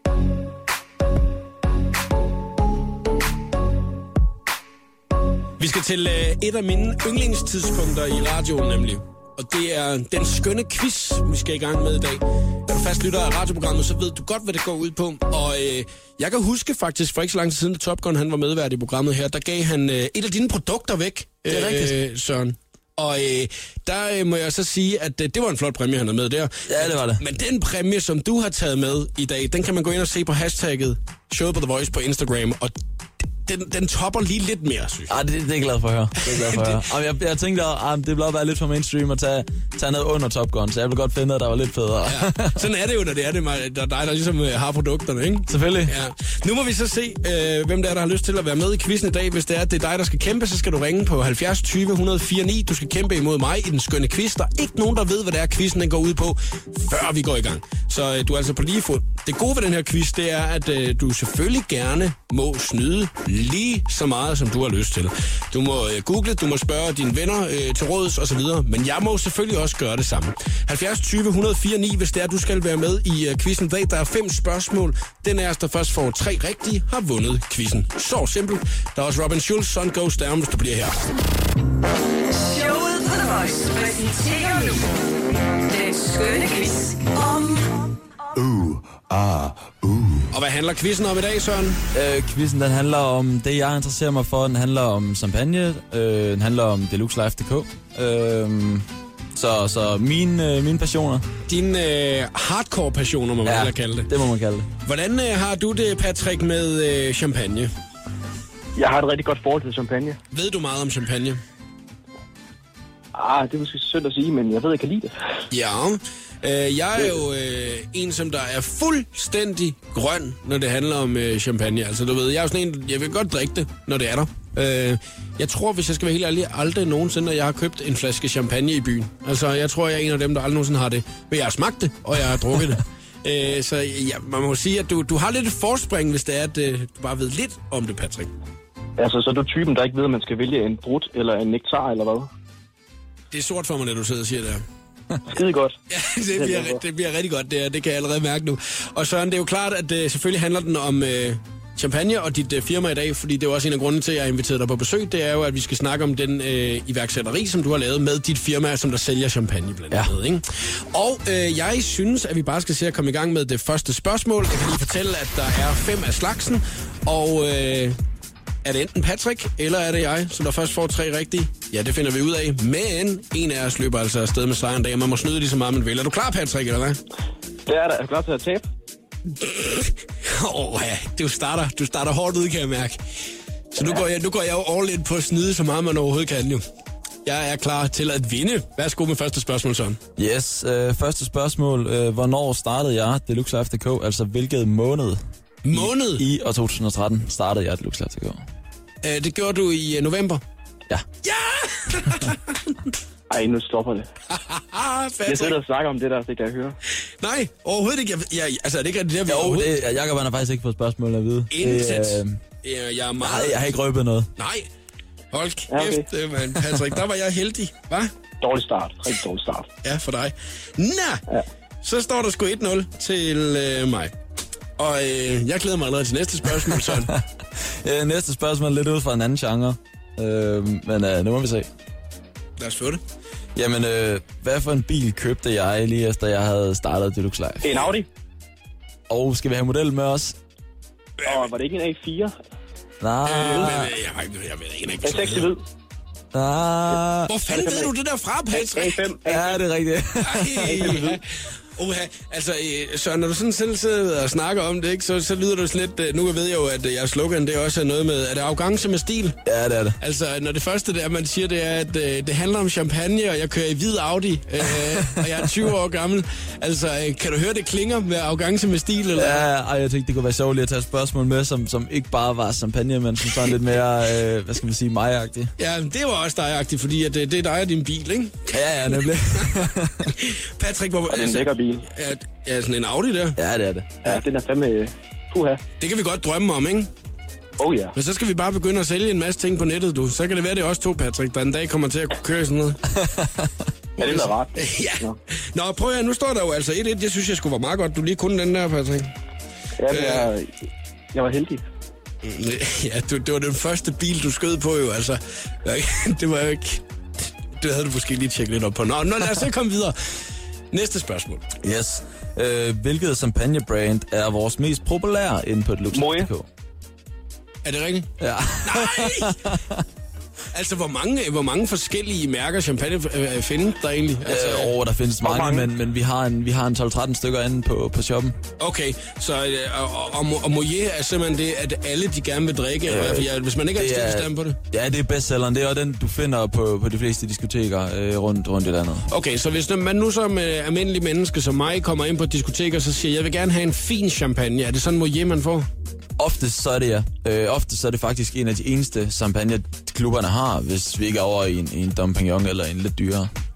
Vi skal til uh, et af mine yndlingstidspunkter i radioen nemlig. Og det er den skønne quiz, vi skal i gang med i dag. Da du fast lytter af radioprogrammet, så ved du godt, hvad det går ud på. Og øh, jeg kan huske faktisk, for ikke så lang tid siden, da Top Gun han var medvært i programmet her, der gav han øh, et af dine produkter væk, det er øh, rigtigt. Søren. Og øh, der øh, må jeg så sige, at øh, det var en flot præmie, han havde med der. Ja, det var det. Men den præmie, som du har taget med i dag, den kan man gå ind og se på hashtagget showet på The Voice på Instagram. Og den, den topper lige lidt mere, synes jeg. Ah, det, det er jeg glad for at høre. Det er jeg glad for at høre. Og jeg, jeg tænkte, at det ville være lidt for mainstream at tage, tage noget under Top Gun, så jeg ville godt finde noget, der var lidt federe. Ja, sådan er det jo, når det er det, der er dig, der ligesom har produkterne, ikke? Selvfølgelig. Ja. Nu må vi så se, øh, hvem der er, der har lyst til at være med i quizzen i dag. Hvis det er, at det er dig, der skal kæmpe, så skal du ringe på halvfjerds tyve et nul fire ni. Du skal kæmpe imod mig i den skønne quiz. Der er ikke nogen, der ved, hvad det er, quizzen den går ud på, før vi går i gang. Så øh, du er altså på lige fod Det gode ved den her quiz, det er, at øh, du selvfølgelig gerne må snyde lige så meget, som du har lyst til. Du må øh, google, du må spørge dine venner øh, til råds osv., men jeg må selvfølgelig også gøre det samme. halvfjerds tyve et nul fire ni, hvis det er, du skal være med i øh, quizzen. Der er fem spørgsmål. Den er, der først får tre rigtige, har vundet quizzen. Så simpelt. Der er også Robin Schulz, Sun Goes Down, hvis du bliver her. Showet på The Voice præsenterer nu den skønne quiz om... Uh, ah, uh. Og hvad handler quizzen om i dag, Søren? Øh, quizzen, den handler om det, jeg interesserer mig for. Den handler om champagne. Øh, den handler om deluxe life punktum d k. Øh, så så mine, øh, mine passioner. Dine øh, hardcore passioner, må man ja, kalde det. det må man kalde det. Hvordan øh, har du det, Patrick, med øh, champagne? Jeg har et rigtig godt forhold til champagne. Ved du meget om champagne? Ah, det er måske synd at sige, men jeg ved, jeg kan lide det. Ja, øh, jeg er jo øh, en, som der er fuldstændig grøn, når det handler om øh, champagne. Altså, du ved, jeg er jo sådan en, jeg vil godt drikke det, når det er der. Øh, jeg tror, hvis jeg skal være helt ærlig, aldrig nogensinde, at jeg har købt en flaske champagne i byen. Altså, jeg tror, jeg er en af dem, der aldrig nogensinde har det. Men jeg har smagt det, og jeg har drukket det. Øh, så ja, man må sige, at du, du har lidt et forspring, hvis det er, at øh, du bare ved lidt om det, Patrick. Altså, så er du typen, der ikke ved, at man skal vælge en brut eller en nektar, eller hvad? Det er sort for mig, når du sidder og siger det her. Skide godt. Ja, det bliver, det bliver rigtig godt, det, det kan jeg allerede mærke nu. Og Søren, det er jo klart, at uh, selvfølgelig handler den om uh, champagne og dit uh, firma i dag, fordi det er jo også en af grundene til, at jeg har inviteret dig på besøg. Det er jo, at vi skal snakke om den uh, iværksætteri, som du har lavet med dit firma, som der sælger champagne blandt andet. Ja. Ikke? Og uh, jeg synes, at vi bare skal se at komme i gang med det første spørgsmål. Jeg kan lige fortælle, at der er fem af slagsen, og... Uh, Er det enten Patrick, eller er det jeg, som der først får tre rigtige? Ja, det finder vi ud af. Men en af os løber altså afsted med sejren dag, og man må snyde lige så meget, man vil. Er du klar, Patrick, eller hvad? Det er da. Er du klar til at tabe? Åh, oh, ja. Du starter, du starter hårdt ud, kan jeg mærke. Så nu går jeg, nu går jeg jo all in på at snyde så meget, man overhovedet kan, jo. Jeg er klar til at vinde. Værsgo med første spørgsmål, Søren. Yes, øh, første spørgsmål. Øh, hvornår startede jeg Deluxe Life punktum d k? Altså, hvilket måned? Måned? I, I år to tusind og tretten startede jeg Deluxe Life punktum d k. Øh, det gjorde du i uh, november? Ja. Ja! Ej, nu stopper det. Jeg sidder og snakker om det der, det kan jeg høre. Nej, overhovedet ikke. Jeg, jeg, altså, er det ikke det der, vi Jo, det, Jacob han har faktisk ikke fået spørgsmål at vide. Intet. Det, øh, jeg, jeg er meget... Nej, jeg har ikke røbet noget. Nej. Hold Ja, okay. kæft, man. Patrick, der var jeg heldig, hva'? Dårlig start. Rigtig dårlig start. Ja, for dig. Nå, Ja. så står der sgu et nul til øh, mig. Og øh, jeg glæder mig allerede til næste spørgsmål, Søren. Ja, næste spørgsmål er lidt ud fra en anden genre. Øh, men øh, nu må vi se. Lad os få det. Jamen, øh, hvad for en bil købte jeg lige efter jeg havde startet Deluxe Life? En Audi. Og skal vi have model med os? Og var det ikke en A fire? Nej. Øh, men, øh, jeg, jeg, jeg ved ikke, En seks i hvid. Nej. Hvor fanden ved du det der fra, A Patrick? fem. Ja, det er rigtigt. Ej, Oha, altså, øh, så når du sådan selv sidder og snakker om det, ikke, så, så lyder det sådan lidt... Øh, nu ved jeg jo, at øh, jeres slogan, det er også noget med... Er det arrogance med stil? Ja, det er det. Altså, når det første, der man siger, det er, at øh, det handler om champagne, og jeg kører i hvid Audi, øh, og jeg er tyve år gammel. Altså, øh, kan du høre, det klinger med arrogance med stil, eller? Ja, ej, jeg tænkte, det kunne være sjovt lige at tage et spørgsmål med, som, som ikke bare var champagne, men som sådan lidt mere, øh, hvad skal man sige, mig-agtigt. Ja, det var også dig-agtigt, fordi at, øh, det er dig og din bil, ikke? Ja, ja, nemlig. Patrick, hvor... Og det er en lækker bil. Ja, ja, sådan en Audi der. Ja, det er det. Ja, den er fandme... Puha. Det kan vi godt drømme om, ikke? Oh ja. Men så skal vi bare begynde at sælge en masse ting på nettet, du. Så kan det være, det er også to, Patrick, der en dag kommer til at kunne køre sådan noget. Ja, det er rart. Ja. Nå, prøv at nu står der jo altså et et. Jeg synes, jeg skulle være meget godt. Du lige kunne den der, Patrick. Ja, det er, jeg var heldig. Ja, du, det var den første bil, du skød på jo, altså. Det var jo ikke... Det havde du måske lige tjekket lidt op på. Nå, nå lad os så komme videre. Næste spørgsmål. Yes. Øh, hvilket champagne-brand er vores mest populære inde på Deluxe Moe. punktum d k? Er det rigtigt? Ja. Nej! Altså, hvor mange, hvor mange forskellige mærker champagne øh, findes der egentlig? Altså, Øh, åh, der findes mange, mange? men, men vi har en, vi har en tolv tretten stykker inde på, på shoppen. Okay, så øh, og, og, og Moët er simpelthen det, at alle de gerne vil drikke, øh, eller, ja, hvis man ikke har det stillet er- stand på det. Ja, det er bestselleren. Det er også den, du finder på, på de fleste diskoteker øh, rundt, rundt i landet. Okay, så hvis man nu som øh, almindelig menneske som mig kommer ind på et diskotek og så siger, jeg vil gerne have en fin champagne, er det sådan Moët, man får? Oftest så er det, ja. Øh, oftest så er det faktisk en af de eneste champagne, klubberne har, hvis vi ikke er over i en, i en Dom Pignon eller en lidt dyrere.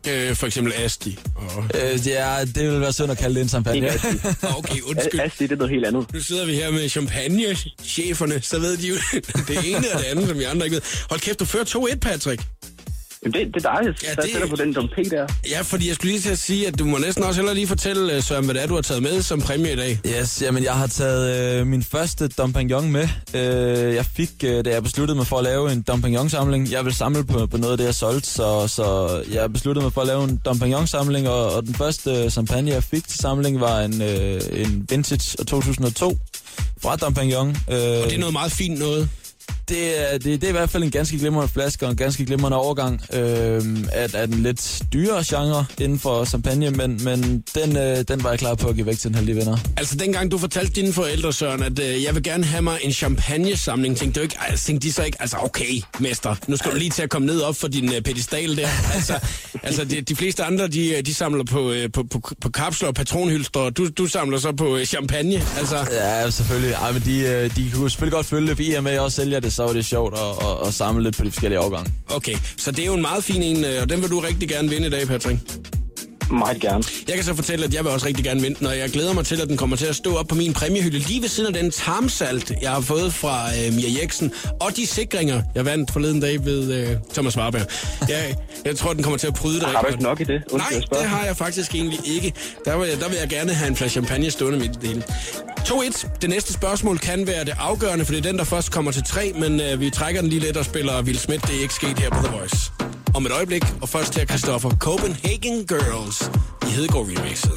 Øh, for eksempel Asti. Og... Øh, ja, det vil være synd at kalde det en champagne. Okay, undskyld. Asti, det er noget helt andet. Nu sidder vi her med champagne-cheferne, så ved de jo det ene og det andet, som vi andre ikke ved. Hold kæft, du fører to et, Patrick. Jamen, det, det er dejligt. Ja, Ja, det... Så sætter på den Dom P der. Ja, fordi jeg skulle lige til at sige, at du må næsten også hellere lige fortælle, Søren, hvad det er, du har taget med som præmie i dag. Yes, jamen jeg har taget øh, min første Dom Pignon med. Øh, jeg fik, øh, da jeg besluttede mig for at lave en Dom Pignon-samling. Jeg vil samle på, på noget af det, jeg solgte, så, så jeg besluttede mig for at lave en Dom Pignon-samling, og, og den første øh, champagne, jeg fik til samling, var en, øh, en vintage af to tusind og to fra Dom Pignon. Øh, Og det er noget meget fint noget. Det er, det, det er i hvert fald en ganske glimrende flaske og en ganske glimrende overgang øh, af, af den lidt dyrere genre inden for champagne, men, men den, øh, den var jeg klar på at give væk til en heldig vinder. Altså dengang du fortalte dine forældre, Søren, at øh, jeg vil gerne have mig en champagne-samling, tænkte, du ikke, altså, tænkte de så ikke, altså okay, mester, nu skal du lige til at komme ned op for din øh, pedestal der. Altså, altså de, de fleste andre, de, de samler på, øh, på, på, på kapsler og patronhylstre, og du, du samler så på øh, champagne. Altså. Ja, selvfølgelig. Ej, men de, øh, de kunne selvfølgelig godt følge det, for i og med, at jeg også sælger det, så var det sjovt at, at, at samle lidt på de forskellige afgange. Okay, så det er jo en meget fin en, og den vil du rigtig gerne vinde i dag, Patrick. Meget gerne. Jeg kan så fortælle, at jeg vil også rigtig gerne vinde den, og jeg glæder mig til, at den kommer til at stå op på min præmiehylde lige ved siden af den tarmsalt, jeg har fået fra øh, Mia Jeksen, og de sikringer, jeg vandt forleden dag ved øh, Thomas Warberg. Jeg, jeg tror, den kommer til at pryde det rigtig Har du godt. ikke nok i det? Nej, det har jeg faktisk egentlig ikke. Der vil, jeg, der vil jeg gerne have en flaske champagne stående midt i det hele. to et. Det næste spørgsmål kan være det afgørende, for det er den, der først kommer til tre, men øh, vi trækker den lige lidt og spiller Will Smith. Det er ikke sket her på The Voice. Om et øjeblik, og først her Christoffer, Copenhagen Girls i Hedegaard remixet.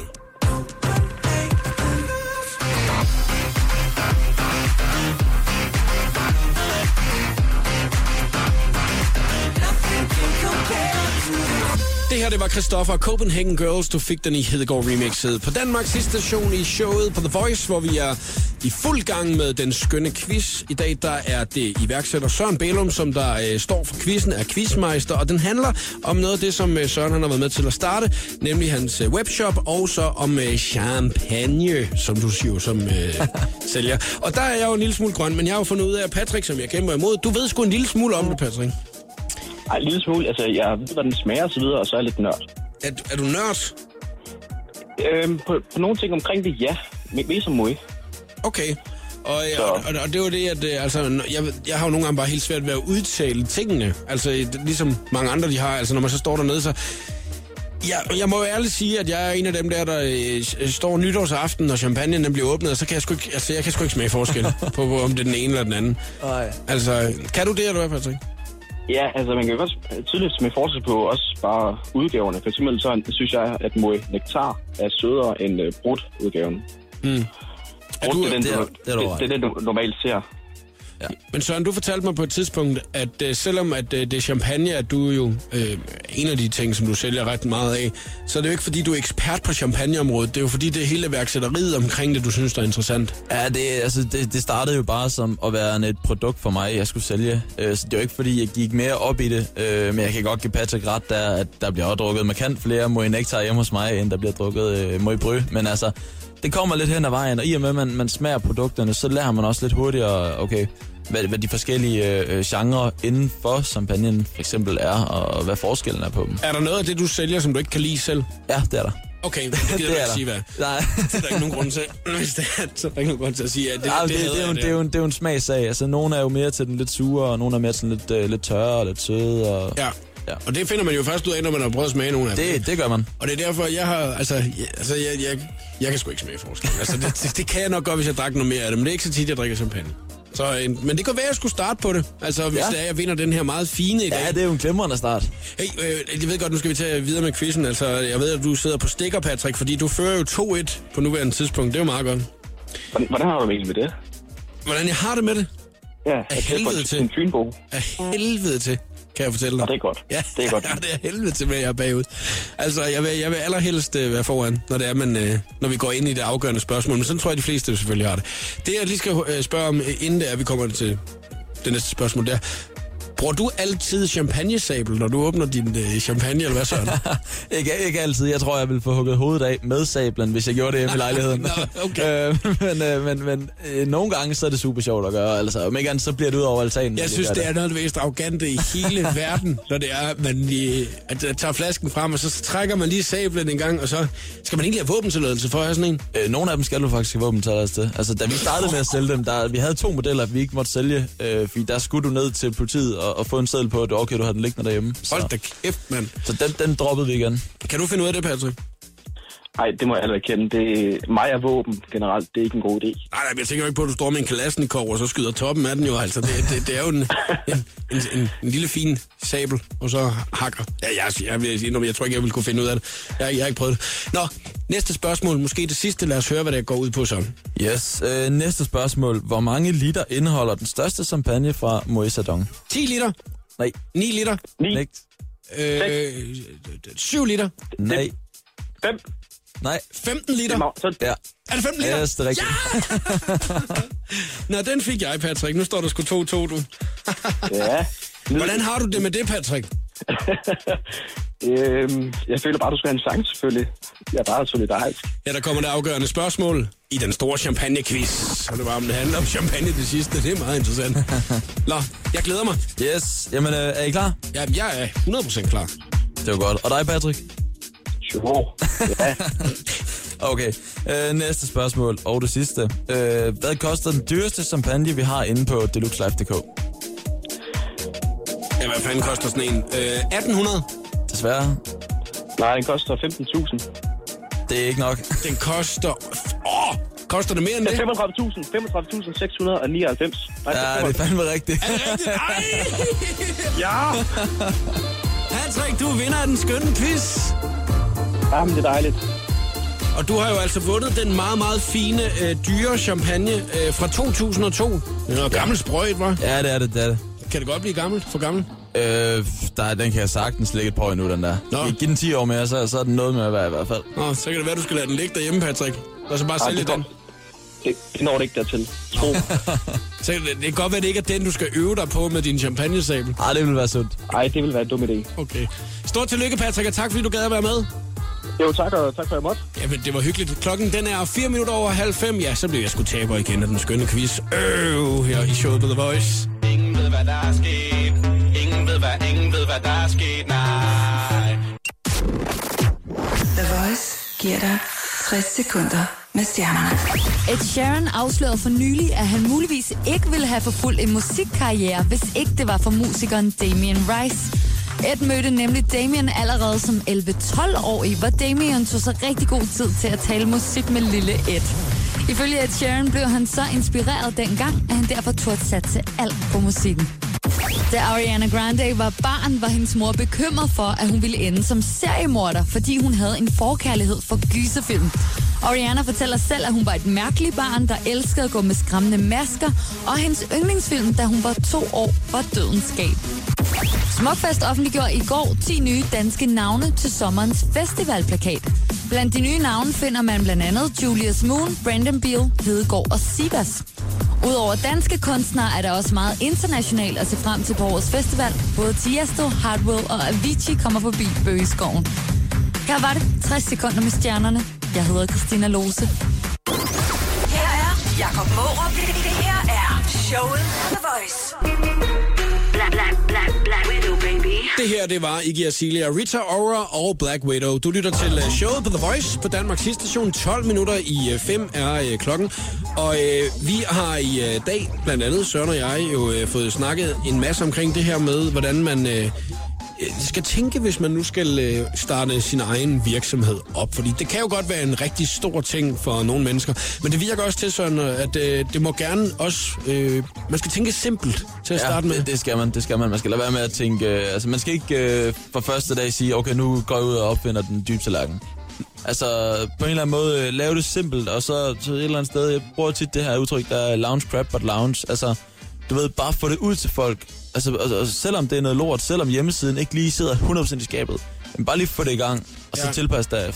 Det her, det var Christoffer Copenhagen Girls. Du fik den i Hedegaard remixet på Danmarks sidste station i showet på The Voice, hvor vi er i fuld gang med den skønne quiz. I dag, der er det iværksætter Søren Bælum, som der øh, står for quizzen, er quizmeister, og den handler om noget af det, som øh, Søren han har været med til at starte, nemlig hans øh, webshop, og så om øh, champagne, som du siger, som øh, sælger. Og der er jeg jo en lille smule grøn, men jeg har jo fundet ud af, at Patrick, som jeg kæmper imod, du ved sgu en lille smule om det, Patrick. Ej, en lille smule. Altså, jeg ved, hvad den smager og så videre, og så er jeg lidt nørd. Er, er du nørd? Øhm, på, på nogle ting omkring det, ja. Mest som muligt. Okay. Og, og, og, og det var det, at altså, jeg, jeg har jo nogle gange bare helt svært ved at udtale tingene. Altså, ligesom mange andre, de har. Altså, når man så står dernede, så... Jeg, jeg må jo ærligt sige, at jeg er en af dem der, der øh, står nytårsaften, når champagnen den bliver åbnet, og så kan jeg sgu ikke, altså, jeg kan sgu ikke smage forskel på, på, om det er den ene eller den anden. Nej. Altså, kan du det, eller hvad, Patrick? Ja, altså man kan jo godt tydeligt smage forskel på også bare udgaverne. For eksempel så synes jeg, at Moët Nectar er sødere end uh, Brut-udgaven. Mm. Brut, du, det er den, det er- du, det er du det, ret. det er den, du normalt ser. Ja. Men Søren, du fortalte mig på et tidspunkt, at uh, selvom at, uh, det er champagne, at du er jo uh, en af de ting, som du sælger ret meget af, så er det jo ikke, fordi du er ekspert på champagneområdet. Det er jo, fordi det er hele værksætteriet omkring det, du synes, der er interessant. Ja, det, altså, det, det startede jo bare som at være et produkt for mig, jeg skulle sælge. Øh, så det er jo ikke, fordi jeg gik mere op i det. Øh, men jeg kan godt give Patrick ret der, at der bliver også drukket markant flere Moët Nectar hjemme hos mig, end der bliver drukket øh, Moët Bry. Men altså, det kommer lidt hen ad vejen, og i og med, at man, man smager produkterne, så lærer man også lidt hurtigere, okay, hvad, hvad de forskellige øh, genrer inden for champagnen for eksempel er, og hvad forskellen er på dem. Er der noget af det, du sælger, som du ikke kan lide selv? Ja, det er der. Okay, det gider du Det er ikke der. sige, hvad? Nej. Det er der ikke nogen grund til. Hvis det er, så er der ikke nogen grund til at sige, at det, Ja, det, det, det, det, er jo, det, er jo en, det er jo en smagssag. Altså, nogle er jo mere til den lidt sure, og nogle er mere til den lidt, øh, lidt tørre og lidt søde. Og... Ja. Ja. Og det finder man jo først ud af, når man har prøvet at smage nogle af dem. Det, det gør man. Og det er derfor, jeg har, altså, jeg, altså jeg, jeg, jeg kan sgu ikke smage forskel. Altså, det, det, det kan jeg nok godt, hvis jeg drak noget mere af det, men det er ikke så tit, jeg drikker champagne. Så, øh, men det kan være, at jeg skulle starte på det. Altså, hvis Ja. det er, jeg vinder den her meget fine i dag. Ja, det er jo en glimrende start. Hey, øh, jeg ved godt, nu skal vi tage videre med quizzen. Altså, jeg ved, at du sidder på stikker, Patrick, fordi du fører jo to et på nuværende tidspunkt. Det er jo meget godt. Hvordan, hvordan har du det egentlig med det? Hvordan jeg har det med det? Ja, Af helvede til. En fynbo. Af helvede til, kan jeg fortælle dig. Og det er godt. Ja, Det er godt. Ja, det er helvede til, hvad jeg er bagud. Altså, jeg vil, jeg vil allerhelst uh, være foran, når, det er, man, uh, når vi går ind i det afgørende spørgsmål. Men sådan tror jeg, de fleste selvfølgelig har det. Det, jeg lige skal uh, spørge om, uh, inden det er, vi kommer til det næste spørgsmål, der. Bruger du altid champagnesabel, når du åbner din øh, champagne, eller hvad sådan? ikke, ikke altid. Jeg tror, jeg ville få hugget hovedet af med sablen, hvis jeg gjorde det hjemme i lejligheden. Nå, okay. øh, men øh, men, men øh, nogle gange, så er det super sjovt at gøre. Altså, om ikke andet, så bliver det ud over altanen. Jeg synes, det er noget af det mest arrogante i hele verden, når det er, at man lige, at tager flasken frem, og så trækker man lige sablen en gang, og så skal man egentlig have våbentilladelse for at have sådan en? Øh, nogle af dem skal du faktisk have våbentilladelse til. Altså, da vi startede med at sælge dem, der, vi havde to modeller, vi ikke måtte sælge, øh, fordi der skulle du ned til politiet og, og få en seddel på, at okay, du har den liggende derhjemme. Så, hold da kæft, mand. Så den, den droppede vi igen. Kan du finde ud af det, Patrick? Nej, det må jeg heller ikke kende. Det er mig og våben generelt. Det er ikke en god idé. Nej, nej, jeg tænker jo ikke på, at du står med en Kalashnikov, og så skyder toppen af den jo. Altså, det, det, det er jo en, en, en, en, en lille fin sabel, og så hakker. Ja, jeg, jeg, jeg, jeg, jeg tror ikke, jeg vil kunne finde ud af det. Jeg, jeg har ikke prøvet det. Nå, næste spørgsmål. Måske det sidste. Lad os høre, hvad det går ud på så. Yes. Øh, næste spørgsmål. Hvor mange liter indeholder den største champagne fra Moët Chandon? ti liter? Nej. ni liter? ni. Nægt. Øh, syv liter? Nej. fem. Nej. femten liter? Så Ja. Er det femten liter? Ja, det er rigtigt. Ja! Nå, den fik jeg, Patrick. Nu står der sgu to to, du. ja. Hvordan har du det med det, Patrick? øhm, jeg føler bare, du skal have en chance, selvfølgelig. Jeg er bare solidarisk. Ja, der kommer det afgørende spørgsmål i den store champagne-quiz. Så det var, om det handler om champagne det sidste. Det er meget interessant. Nå, jeg glæder mig. Yes. Jamen, øh, er I klar? Ja, jeg er hundrede procent klar. Det var godt. Og dig, Patrick? Sure. Ja. Okay. Øh, næste spørgsmål. Og det sidste. Øh, hvad koster den dyreste champagne, vi har inde på deluxe life punktum d k? Ja, hvad fanden koster sådan en? Øh, atten hundrede? Desværre. Nej, den koster femten tusind. Det er ikke nok. Den koster... Åh! Oh, koster det mere end det? femogtredive tusind. femogtredive tusind seks hundrede nioghalvfems. Nej, Ja, det er fandme rigtigt. Er det rigtigt? Ej! Ja! Patrick, du vinder af den skønne quiz. Jamen, det er dejligt. Og du har jo altså vundet den meget, meget fine, øh, dyre champagne øh, fra to tusind og to. Det er gammel sprøjt, hva'? Ja, det er det, det er det. Kan det godt blive gammelt? For gammel? Øh, der, den kan jeg sagtens lægge et par år endnu, den der. Nå. Giv den ti år mere, så, så er den noget med at være i hvert fald. Nå, så kan det være, du skal lade den ligge derhjemme, Patrick. Og så bare Ej, sælge det, den. går- det, det når det ikke dertil. Tro. Så det, det kan godt være, det ikke er den, du skal øve dig på med din champagnesabel. Ej, det vil være sundt. Ej, det vil være en dum idé. Okay. Stort tillykke, Patrick, og tak fordi du gad at være med. Jo, tak, og tak for, at jeg måtte. Jamen, det var hyggeligt. Klokken den er fire minutter over halv fem. Ja, så bliver jeg sgu taber igen af den skønne quiz. Øv, her i showet på The Voice. Ingen ved, hvad der er sket. Ingen ved, hvad, ingen ved, hvad der er sket. Nej. The Voice giver dig tres sekunder med stjernerne. Ed Sheeran afslørede for nylig, at han muligvis ikke ville have forfulgt en musikkarriere, hvis ikke det var for musikeren Damien Rice. Ed mødte nemlig Damien allerede som elleve tolv-årig, hvor Damien tog sig rigtig god tid til at tale musik med lille Ed. Ifølge Ed Sheeran blev han så inspireret dengang, at han derfor turde satse alt på musikken. Da Ariana Grande var barn, var hendes mor bekymret for, at hun ville ende som seriemorder, fordi hun havde en forkærlighed for gyserfilm. Ariana fortæller selv, at hun var et mærkeligt barn, der elskede at gå med skræmmende masker, og hendes yndlingsfilm, da hun var to år, var Dødens Gab. Smukfest offentliggjorde i går ti nye danske navne til sommerens festivalplakat. Blandt de nye navne finder man blandt andet Julius Moon, Brandon Beal, Hedegaard og Sivas. Udover danske kunstnere er der også meget internationalt at se frem til på årets festival. Både Tiesto, Hardwell og Avicii kommer forbi Bøgeskoven. Her var det tres sekunder med stjernerne. Jeg hedder Christina Lose. Her er Jakob Mårup. Det her er showet på The Voice. Black, black, black, black widow, baby. Det her, det var Iggy Azalea, Rita Ora og Black Widow. Du lytter til uh, showet på The Voice på Danmarks station. tolv minutter i fem uh, er uh, klokken. Og uh, vi har i uh, dag, blandt andet Søren og jeg, jo uh, fået snakket en masse omkring det her med, hvordan man uh, skal tænke, hvis man nu skal uh, starte sin egen virksomhed op. Fordi det kan jo godt være en rigtig stor ting for nogle mennesker. Men det virker også til, Søren, at uh, det må gerne også... Uh, man skal tænke simpelt til at Ja, starte med. det, det skal man, det skal man. Man skal lade være med at tænke... Øh, altså, man skal ikke øh, for første dag sige, okay, nu går jeg ud og opfinder den dybe tallerken. Altså, på en eller anden måde, øh, lave det simpelt, og så, så et eller andet sted, jeg bruger tit det her udtryk, der er lounge prep, but lounge. Altså, du ved, bare få det ud til folk. Altså, altså, selvom det er noget lort, selvom hjemmesiden ikke lige sidder hundrede procent i skabet, men bare lige få det i gang, og så Ja. tilpasse derefter.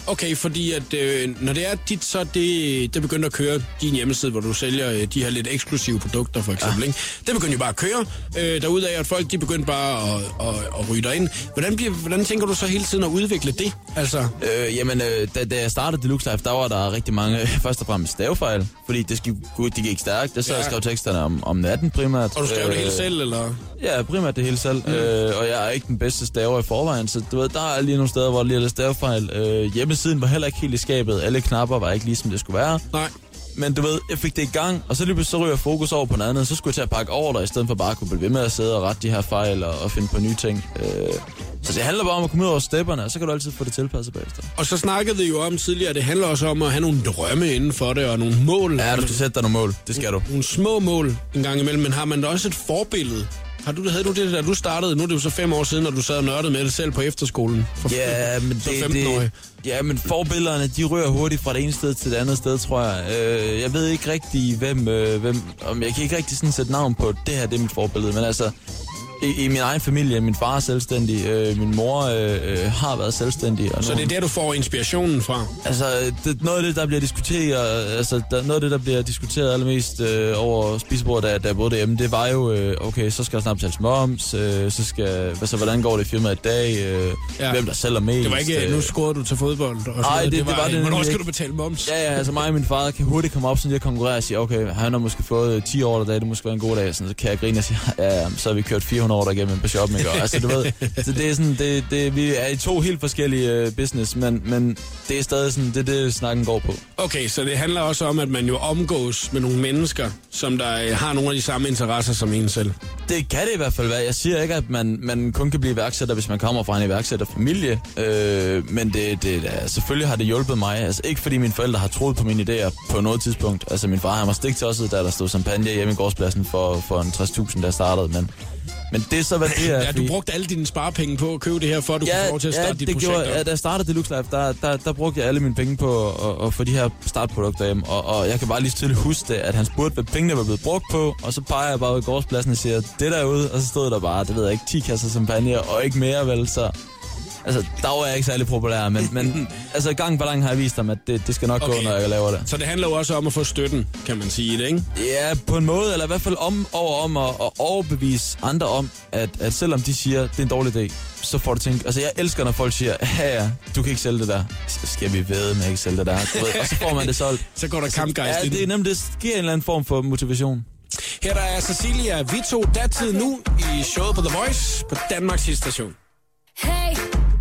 Okay, fordi at, øh, når det er dit, så er det, det begynder at køre din hjemmeside, hvor du sælger øh, de her lidt eksklusive produkter, for eksempel. Ja. Ikke? Det begynder jo bare at køre øh, derudaf, at folk de begynder bare at, at, at ryge dig ind. Hvordan, bliver, hvordan tænker du så hele tiden at udvikle det? Altså? Øh, jamen, øh, da, da jeg startede Deluxe Life, der var der rigtig mange, først og fremmest stavefejl, fordi det gik, det gik stærkt. Jeg så ja. skrev teksterne om, om natten primært. Og du skrev øh, det hele selv, eller? Ja, primært det hele selv. Mm. Øh, og jeg er ikke den bedste staver i forvejen, så du ved, der er lige nogle steder, hvor der lige er lidt stavefejl. Øh, hjemmesiden var heller ikke helt i skabet. Alle knapper var ikke lige, som det skulle være. Nej. Men du ved, jeg fik det i gang, og så lige så ryger fokus over på noget andet. Så skulle jeg til at pakke over der, i stedet for bare at kunne blive ved med at sidde og rette de her fejl og, og finde på nye ting. Øh, så det handler bare om at komme ud over stepperne, og så kan du altid få det tilpasset bagefter. Og så snakkede vi jo om tidligere, at det handler også om at have nogle drømme inden for det, og nogle mål. Ja, du skal sætte dig nogle mål. Det skal du. Nogle små mål en gang imellem, men har man da også et forbillede? Har du, havde du det, da du startede? Nu er det jo så fem år siden, og du sad og nørdede med det selv på efterskolen. For ja, men det, det, ja, men forbillederne, de rører hurtigt fra det ene sted til det andet sted, tror jeg. Øh, jeg ved ikke rigtig, hvem, øh, hvem... Om jeg kan ikke rigtig sådan sætte navn på, det her det er mit forbillede, men altså... I, I min egen familie, min far er selvstændig, øh, min mor øh, har været selvstændig. Og så det er der, du får inspirationen fra? Altså, det, noget af det, der bliver diskuteret, altså, der, noget af det, der bliver diskuteret allermest øh, over spisebordet, da, da jeg boede derhjemme, det var jo, øh, okay, så skal der snart betales moms, øh, så skal, altså, hvordan går det i firmaet i dag, øh, ja. hvem der sælger mest. Det var ikke, øh, nu scorede du til fodbold, og nej, det, det, var, det var det. Hvornår skal du betale moms? Ja, ja, altså mig og min far kan hurtigt komme op sådan, jeg konkurrerer og sige, okay, han har måske fået ti år i dag, det måske være en god dag, sådan, så kan jeg grine og sige, ja, ja, så har vi kørt fire hundrede år der igennem på shoppen, ikke? Altså, du ved, så det er sådan, det, det, vi er i to helt forskellige uh, business, men, men det er stadig sådan, det er det, snakken går på. Okay, så det handler også om, at man jo omgås med nogle mennesker, som der uh, har nogle af de samme interesser som en selv. Det kan det i hvert fald være. Jeg siger ikke, at man, man kun kan blive iværksætter, hvis man kommer fra en iværksætterfamilie, øh, men det, det, det, selvfølgelig har det hjulpet mig. Altså ikke fordi mine forældre har troet på mine idéer på noget tidspunkt. Altså min far, han var stik tosset, da der stod champagne hjemme i gårdspladsen for, for en tres tusind, der startede, men Men det er så, hvad det er. Ja, du brugte alle dine sparepenge på at købe det her, for at du ja, kunne få lov til at starte ja, dit det projekt. Gjorde, ja, da jeg startede Deluxe Life, der, der, der brugte jeg alle mine penge på at, at få de her startprodukter hjem. Og, og jeg kan bare lige tydeligt huske det, at han spurgte, hvad pengene var blevet brugt på. Og så peger jeg bare ud i gårdspladsen og siger, det derude. Og så stod der bare, det ved jeg ikke, ti kasser champagne og ikke mere, vel, så... Altså, der var jeg ikke særlig populær, men, men altså, gang på lang har jeg vist ham, at det, det skal nok okay. gå, når jeg laver det. Så det handler jo også om at få støtten, kan man sige det, ikke? Ja, på en måde, eller i hvert fald om, over om at, at overbevise andre om, at, at selvom de siger, det er en dårlig idé, så får du tænkt, altså jeg elsker, når folk siger, ja, ja, du kan ikke sælge det der. Skal vi ved med ikke sælge det der? Du ved, og så får man det solgt. Så går der kampgejst ja, det er nemlig, det giver en eller anden form for motivation. Her der er Cecilia Vito, datid nu, i showet på The Voice på Danmarks station. Hey,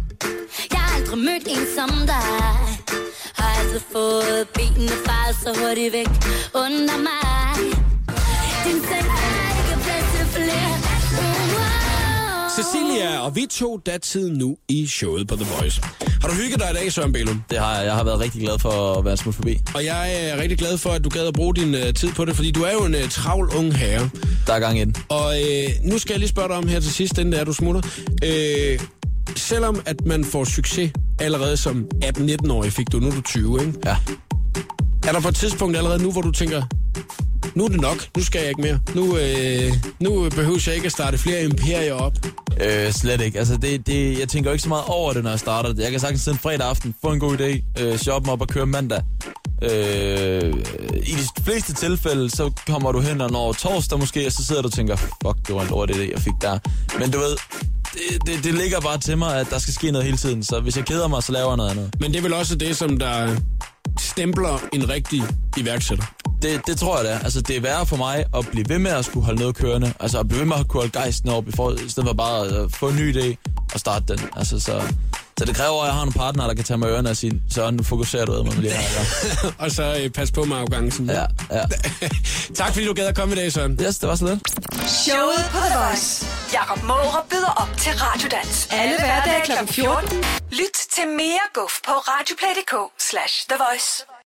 jeg har aldrig mødt en som dig. Har aldrig fået benene faret så hurtigt væk under mig. Din seng er ikke plads til flere. Cecilia og vi to datid nu i showet på The Voice. Har du hygget dig i dag, Søren Bælum? Det har jeg. Jeg har været rigtig glad for at være smut forbi. Og jeg er rigtig glad for, at du gad at bruge din uh, tid på det, fordi du er jo en uh, travl ung herre. Der er gang ind. Og uh, nu skal jeg lige spørge dig om her til sidst, inden det er, du smutter. Uh, selvom at man får succes allerede som atten-nitten-årig, fik du, nu er du tyve, ikke? Ja. Er der på et tidspunkt allerede nu, hvor du tænker, nu er det nok, nu skal jeg ikke mere. Nu, øh, nu behøver jeg ikke at starte flere imperier op. Øh, slet ikke. Altså, det, det, jeg tænker ikke så meget over det, når jeg starter det. Jeg kan sagtens sidde en fredag aften, få en god idé, øh, shoppe mig op og køre mandag. Øh, I de fleste tilfælde, så kommer du hen og når torsdag måske, og så sidder du og tænker, fuck, det var en lort idé, jeg fik der. Men du ved, det, det, det ligger bare til mig, at der skal ske noget hele tiden. Så hvis jeg keder mig, så laver jeg noget andet. Men det er vel også det, som der stempler en rigtig iværksætter? Det, det tror jeg da. Altså, det er værre for mig at blive ved med at skulle holde noget kørende. Altså, at blive ved med at kunne holde gejsten op, i stedet for bare at få en ny idé og starte den. Altså, så... Så det kræver, at jeg har nogle partnere, der kan tage mig ørerne og sige, så nu fokuserer du ud med lige her. Og så øh, pas på med afgangen. Ja, ja. Tak fordi du gad at komme i dag, Søren. Yes, det var så lidt. Showet på The Voice. Jakob Mårup byder op til Radiodans. Alle hverdage klokken fjorten. Lyt til mere guf på radioplay punktum d k slash The Voice.